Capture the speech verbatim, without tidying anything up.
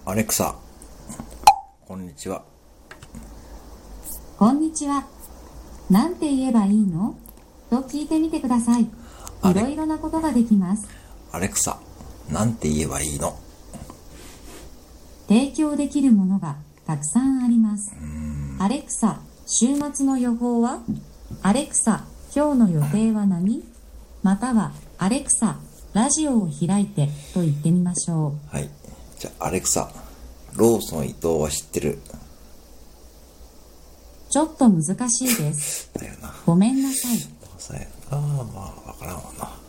アレクサ、こんにちは。 こんにちは。なんて言えばいいの？と聞いてみてください。いろいろなことができます。 アレクサ、なんて言えばいいの？ 提供できるものがたくさんあります。アレクサ、週末の予報は？アレクサ、今日の予定は何？または、アレクサ、ラジオを開いてと言ってみましょう。はい。じゃあ、アレクサ、ローソン伊藤は知ってる？ ちょっと難しいです。 だよな。 ごめんなさい。 そうやな。まあ、わからんわな。